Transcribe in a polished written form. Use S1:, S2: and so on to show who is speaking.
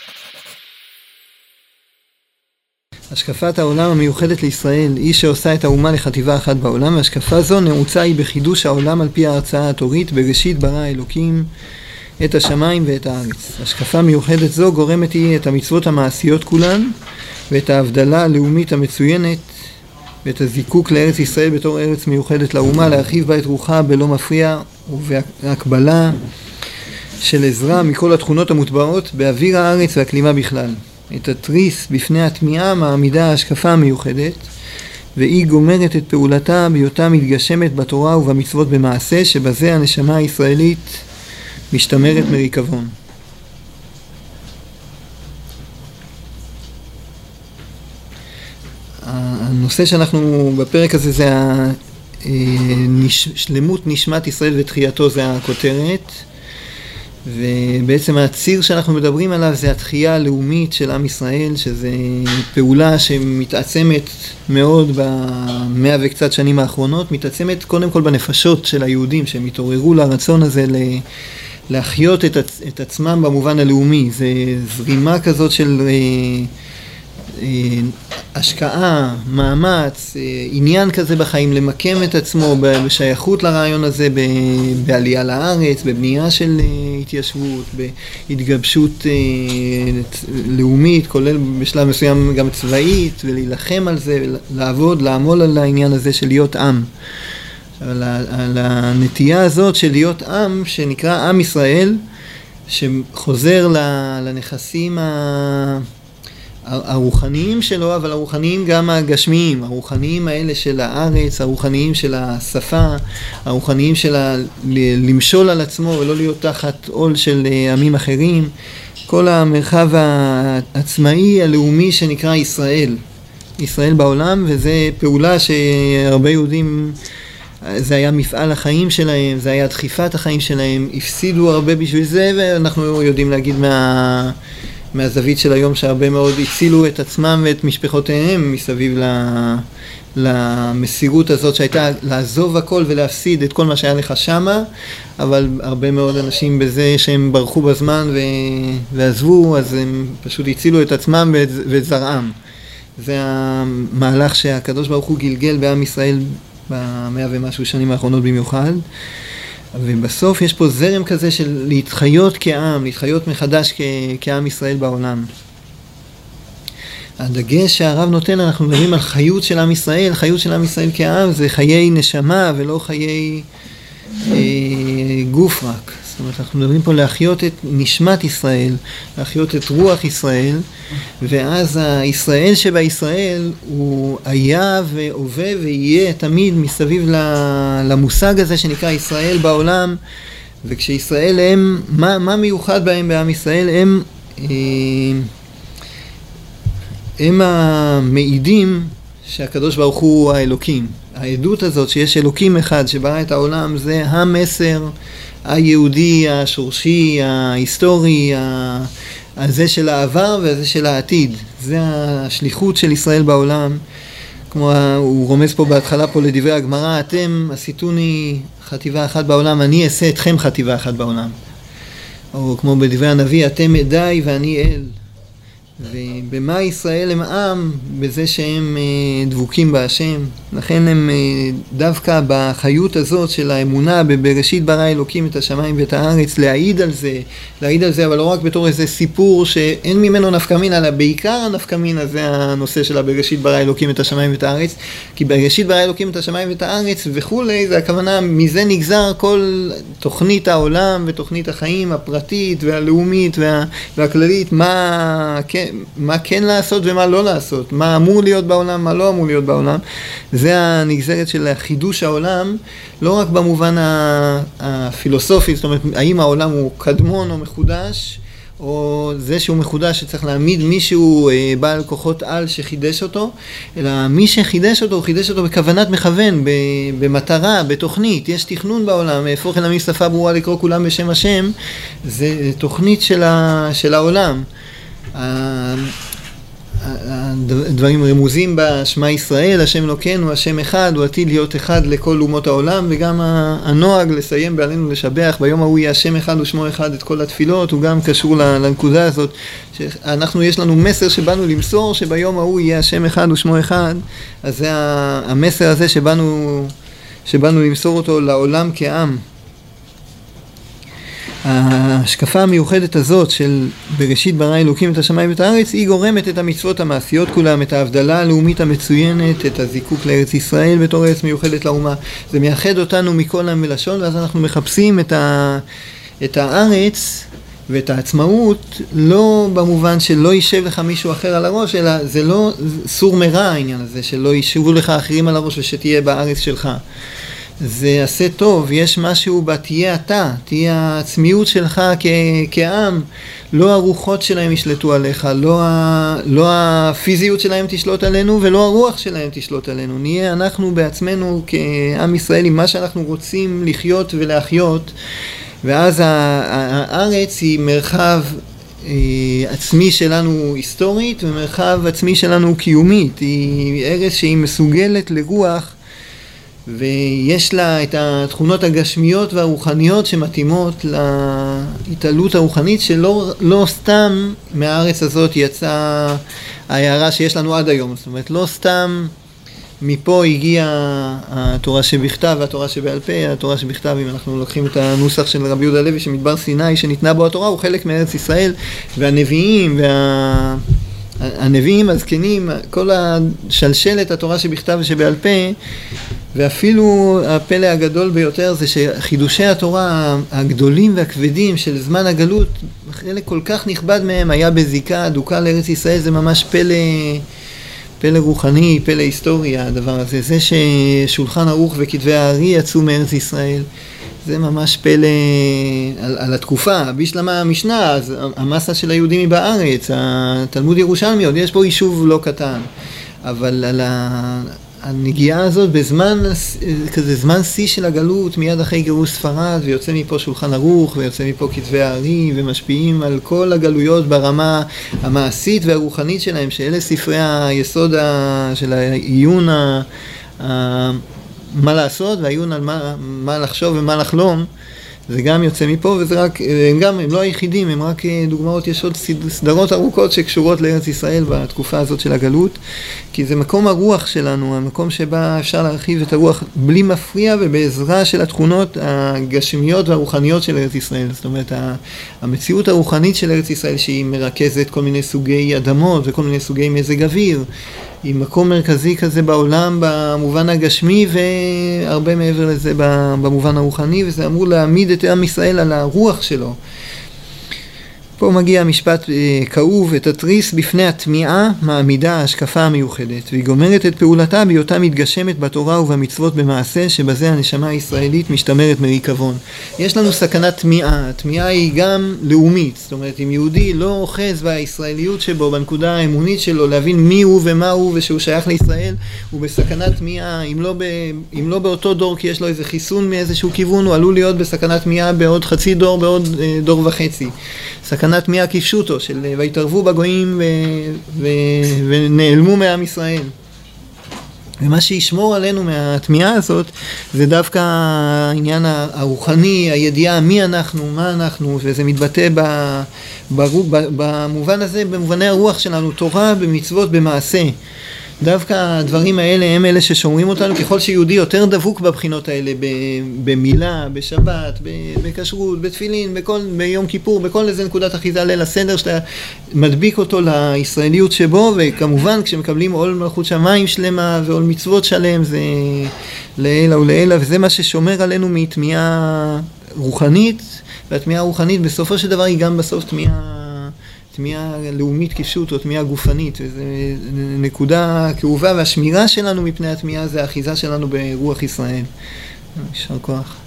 S1: השקפת העולם המיוחדת לישראל היא שעושה את האומה לחטיבה אחת בעולם, והשקפה זו נעוצה היא בחידוש העולם על פי ההרצאה התורית, בראשית ברא אלוקים את השמיים ואת הארץ. השקפה מיוחדת זו גורמת היא את המצוות המעשיות כולן, ואת ההבדלה הלאומית המצוינת, ואת הזיקוק לארץ ישראל בתור ארץ מיוחדת לאומה, להרחיב בה את רוחה בלא מפריע, ובהקבלה של עזרה מכל התכונות המוטבעות באוויר הארץ והכלימה בכלל. את התריס בפני התמיעה מעמידה ההשקפה המיוחדת, והיא גומרת את פעולתה בהיותה מתגשמת בתורה ובמצוות במעשה, שבזה הנשמה הישראלית משתמרת מריקבון. הנושא שאנחנו בפרק הזה זה שלמות נשמת ישראל ותחייתו, זה הכותרת, ובעצם הציר שאנחנו מדברים עליו זה התחייה הלאומית של עם ישראל, שזה פעולה שמתעצמת מאוד במאה וקצת שנים האחרונות, מתעצמת קודם כל בנפשות של היהודים שהם התעוררו לרצון הזה להחיות את עצמם במובן הלאומי. זה זרימה כזאת של השקעה, מאמץ, עניין כזה בחיים, למקם את עצמו בשייכות לרעיון הזה, בעלייה לארץ, בבנייה של התיישבות, בהתגבשות לאומית, כולל בשלב מסוים גם צבאית, ולהילחם על זה, לעבוד, לעמול על העניין הזה של להיות עם. על הנטייה הזאת של להיות עם, שנקרא עם ישראל, שחוזר לנכסים הרוחניים שלו, אבל הרוחניים גם הגשמיים, הרוחניים האלה של הארץ, הרוחניים של השפה, הרוחניים של למשול על עצמו ולא להיות תחת עול של עמים אחרים, כל המרחב העצמאי הלאומי שנקרא ישראל, ישראל בעולם, וזה פעולה שהרבה יהודים, זה היה מפעל החיים שלהם, זה היה דחיפת החיים שלהם, הפסידו הרבה בשביל זה, ואנחנו יודעים להגיד מהזווית של היום שהרבה מאוד הצילו את עצמם ואת משפחותיהם מסביב למסירות הזאת שהייתה לעזוב הכל ולהפסיד את כל מה שהיה לך שמה, אבל הרבה מאוד אנשים בזה שהם ברחו בזמן ועזבו, אז הם פשוט הצילו את עצמם ואת זרעם. זה המהלך שהקדוש ברוך הוא גלגל בעם ישראל במאה ומשהו שנים האחרונות במיוחד. ובסוף יש פה זרם כזה של להתחיות כעם, להתחיות מחדש כעם ישראל בעולם. הדגש שהרב נותן, אנחנו מדברים על חיות של עם ישראל, חיות של עם ישראל כעם זה חיי נשמה ולא חיי גוף רק. זאת אומרת, אנחנו מדברים פה להחיות את נשמת ישראל, להחיות את רוח ישראל, ואז הישראל שבישראל הוא היה והווה ויהיה תמיד מסביב למושג הזה שנקרא ישראל בעולם. וכשישראל הם, מה מיוחד בהם בעם ישראל? הם המעידים שהקדוש ברוך הוא האלוקים. העדות הזאת שיש אלוקים אחד שברא את העולם, זה המסר היהודי, השורשי, ההיסטורי, הזה של העבר וזה של העתיד. זה השליחות של ישראל בעולם. כמו הוא רומז פה בהתחלה פה לדברי הגמרא, אתם עשיתוני חטיבה אחת בעולם, אני אעשה אתכם חטיבה אחת בעולם. או כמו בדברי הנביא, אתם עדיי ואני אל. ובמה ישראל הם עם? בזה שהם דבוקים בהשם. לכן הם דווקא בחיות הזאת של האמונה בבראשית ברא אלוקים את השמיים ואת הארץ, להעיד על זה, אבל לא רק בתור איזה סיפור שאין ממנו נפקמינה, אלא בעיקר הנפקמינה זה הנושא של בראשית ברא אלוקים את השמיים ואת הארץ, כי בראשית ברא אלוקים את השמיים ואת הארץ וכולי, זה הכוונה, מזה נגזר כל תוכנית העולם ותוכנית החיים הפרטית והלאומית והכללית, מה כן לעשות ומה לא לעשות, מה אמור להיות בעולם, מה לא אמור להיות בעולם. זה הנגזרת של חידוש העולם, לא רק במובן הפילוסופי, זאת אומרת, האם העולם הוא קדמון או מחודש, או זה שהוא מחודש שצריך להעמיד מישהו בעל כוחות על שחידש אותו, אלא מי שחידש אותו, הוא חידש אותו בכוונת מכוון, במטרה, בתוכנית. יש תכנון בעולם, הפוך אל עמי שפה ברורה לקרוא כולם בשם השם, זה תוכנית של העולם. הדברים רמוזים בשמה ישראל, השם אלוקינו, השם אחד, הוא עתיד להיות אחד לכל אומות העולם, וגם הנוהג לסיים בעלינו לשבח, ביום ההוא יהיה השם אחד ושמו אחד את כל התפילות, הוא גם קשור לנקודה הזאת, שאנחנו יש לנו מסר שבאנו למסור, שביום ההוא יהיה השם אחד ושמו אחד, אז זה המסר הזה שבאנו למסור אותו לעולם כעם. ההשקפה המיוחדת הזאת של בראשית ברא אלוקים את השמיים ואת הארץ, היא גורמת את המצוות המעשיות כולם, את ההבדלה הלאומית המצוינת, את הזיקוק לארץ ישראל בתור ארץ מיוחדת לאומה. זה מייחד אותנו מכל עם ולשון, ואז אנחנו מחפשים את הארץ ואת העצמאות, לא במובן שלא יישב לך מישהו אחר על הראש, אלא זה לא סור מרע העניין הזה, שלא יישבו לך אחרים על הראש ושתהיה בארץ שלך. זה עשה טוב, יש משהו תהיה אתה, תהיה העצמיות שלך כעם, לא הרוחות שלהם ישלטו עליך, לא הפיזיות שלהם תשלוט עלינו ולא הרוח שלהם תשלוט עלינו. נהיה אנחנו בעצמנו כעם ישראל עם מה שאנחנו רוצים לחיות ולהחיות, ואז הארץ היא מרחב עצמי שלנו היסטורית ומרחב עצמי שלנו קיומית, היא ארץ שהיא מסוגלת לרוח, ויש לה את התכונות הגשמיות והרוחניות שמתאימות להתעלות הרוחנית, שלא סתם מהארץ הזאת יצאה ההערה שיש לנו עד היום. זאת אומרת, לא סתם מפה הגיעה התורה שבכתב והתורה שבעל פה. התורה שבכתב, אם אנחנו לוקחים את הנוסח של רבי יהודה הלוי שמדבר סיני שניתנה בו התורה, הוא חלק מארץ ישראל, והנביאים הנביאים, הזקנים, כל השלשלת התורה שבכתב ושבעל פה, ואפילו הפלא הגדול ביותר זה שחידושי התורה הגדולים והכבדים של זמן הגלות, חלק כל כך נכבד מהם היה בזיקה אדוקה לארץ ישראל. זה ממש פלא רוחני, פלא היסטורי הדבר הזה. זה ששולחן ערוך וכתבי הארי יצאו מארץ ישראל, זה ממש פלא על התקופה. בשלמה המשנה, אז המסה של היהודים היא בארץ, התלמוד ירושלמי, עוד יש פה יישוב לא קטן, אבל על הנגיעה הזאת בזמן, כזה זמן שיא של הגלות, מיד אחרי גירוש ספרד, ויוצא מפה שולחן ערוך, ויוצא מפה כתבי הארי, ומשפיעים על כל הגלויות ברמה המעשית והרוחנית שלהם, שאלה ספרי היסוד של העיון, מה לעשות, והעיון על מה לחשוב ומה לחלום, זה גם יוצא מפה, וזה רק, הם לא היחידים, הם רק דוגמאות, יש עוד סדרות ארוכות שקשורות לארץ ישראל בתקופה הזאת של הגלות, כי זה מקום הרוח שלנו, המקום שבה אפשר להרחיב את הרוח בלי מפריע ובעזרה של התכונות הגשמיות והרוחניות של ארץ ישראל. זאת אומרת, המציאות הרוחנית של ארץ ישראל שהיא מרכזת כל מיני סוגי אדמות וכל מיני סוגי מזג אוויר, היא מקום מרכזי כזה בעולם במובן הגשמי והרבה מעבר לזה במובן הרוחני, וזה אמור להעמיד את עם ישראל על הרוח שלו. פה מגיע המשפט כאוב, את התריס בפני התמיעה מעמידה ההשקפה המיוחדת, והיא גומרת את פעולתה בהיותה מתגשמת בתורה ובמצוות במעשה, שבזה הנשמה הישראלית משתמרת מריקבון. יש לנו סכנת תמיעה, התמיעה היא גם לאומית, זאת אומרת, אם יהודי לא אוחז בישראליות שבו, בנקודה האמונית שלו, להבין מי הוא ומה הוא ושהוא שייך לישראל, הוא בסכנת תמיעה. אם לא באותו דור, כי יש לו איזה חיסון מאיזשהו כיוון, הוא עלול להיות בסכנת תמיעה בעוד חצי דור, בעוד דור וחצי. סכנת תמיעה כפשוטו, של והתערבו בגויים ונעלמו מעם ישראל. ומה שישמור עלינו מהתמיעה הזאת, זה דווקא העניין הרוחני, הידיעה מי אנחנו, מה אנחנו, וזה מתבטא במובן הזה, במובני הרוח שלנו, תורה במצוות במעשה. דווקא הדברים האלה הם אלה ששומרים אותנו, ככל שיהודי יותר דבוק בבחינות האלה, במילה, בשבת, בכשרות, בתפילין, ביום כיפור, בכל איזה נקודת אחיזה ליל הסדר, שאתה מדביק אותו לישראליות שבו, וכמובן כשמקבלים עול מלכות שמיים שלמה ועול מצוות שלם, זה לעילה ולעילה, וזה מה ששומר עלינו מתמיעה רוחנית, והתמיעה הרוחנית בסופו של דבר היא גם בסוף תמיעה לאומית כפשוט או תמיעה גופנית, וזו נקודה כאובה, והשמירה שלנו מפני התמיעה זה האחיזה שלנו ברוח ישראל. יישר כוח.